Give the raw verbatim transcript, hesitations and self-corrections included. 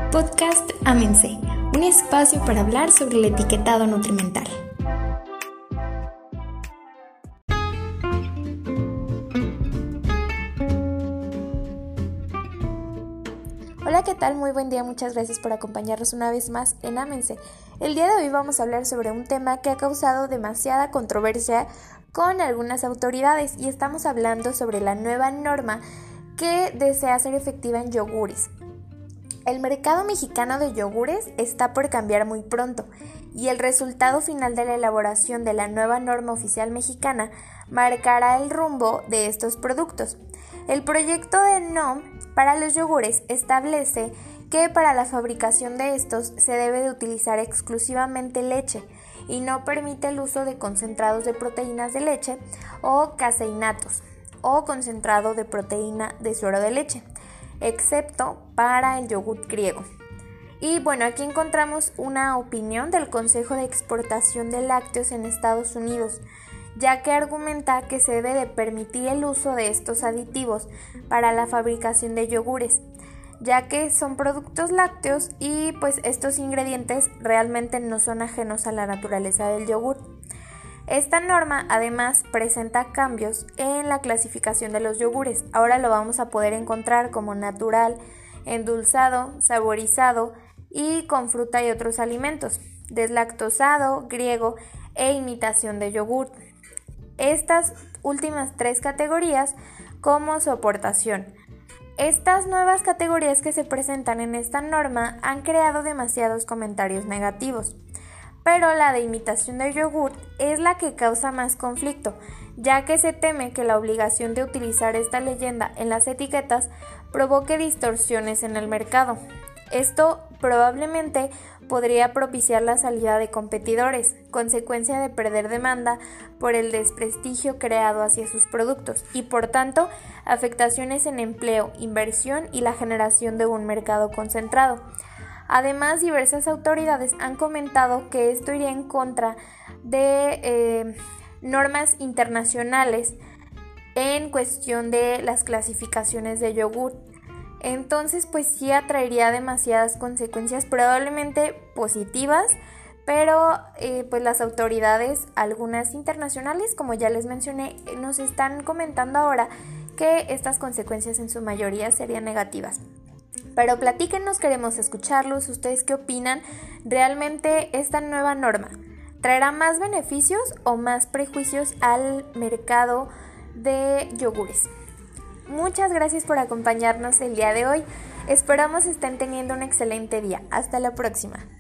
Podcast Ámense, un espacio para hablar sobre el etiquetado nutrimental. Hola, ¿qué tal? Muy buen día, muchas gracias por acompañarnos una vez más en Ámense. El día de hoy vamos a hablar sobre un tema que ha causado demasiada controversia con algunas autoridades y estamos hablando sobre la nueva norma que desea ser efectiva en yogures. El mercado mexicano de yogures está por cambiar muy pronto y el resultado final de la elaboración de la nueva norma oficial mexicana marcará el rumbo de estos productos. El proyecto de N O M para los yogures establece que para la fabricación de estos se debe de utilizar exclusivamente leche y no permite el uso de concentrados de proteínas de leche o caseinatos o concentrado de proteína de suero de leche, excepto para el yogur griego. Y bueno, aquí encontramos una opinión del Consejo de Exportación de Lácteos en Estados Unidos, ya que argumenta que se debe de permitir el uso de estos aditivos para la fabricación de yogures, ya que son productos lácteos y pues estos ingredientes realmente no son ajenos a la naturaleza del yogur. Esta norma además presenta cambios en la clasificación de los yogures. Ahora lo vamos a poder encontrar como natural, endulzado, saborizado y con fruta y otros alimentos, deslactosado, griego e imitación de yogur. Estas últimas tres categorías como su aportación. Estas nuevas categorías que se presentan en esta norma han creado demasiados comentarios negativos. Pero la de imitación de yogur es la que causa más conflicto, ya que se teme que la obligación de utilizar esta leyenda en las etiquetas provoque distorsiones en el mercado. Esto probablemente podría propiciar la salida de competidores, consecuencia de perder demanda por el desprestigio creado hacia sus productos y por tanto afectaciones en empleo, inversión y la generación de un mercado concentrado. Además, diversas autoridades han comentado que esto iría en contra de eh, normas internacionales en cuestión de las clasificaciones de yogur. Entonces, pues sí atraería demasiadas consecuencias, probablemente positivas, pero eh, pues las autoridades, algunas internacionales, como ya les mencioné, nos están comentando ahora que estas consecuencias en su mayoría serían negativas. Pero platíquenos, queremos escucharlos. ¿Ustedes qué opinan? ¿Realmente esta nueva norma traerá más beneficios o más prejuicios al mercado de yogures? Muchas gracias por acompañarnos el día de hoy. Esperamos estén teniendo un excelente día. Hasta la próxima.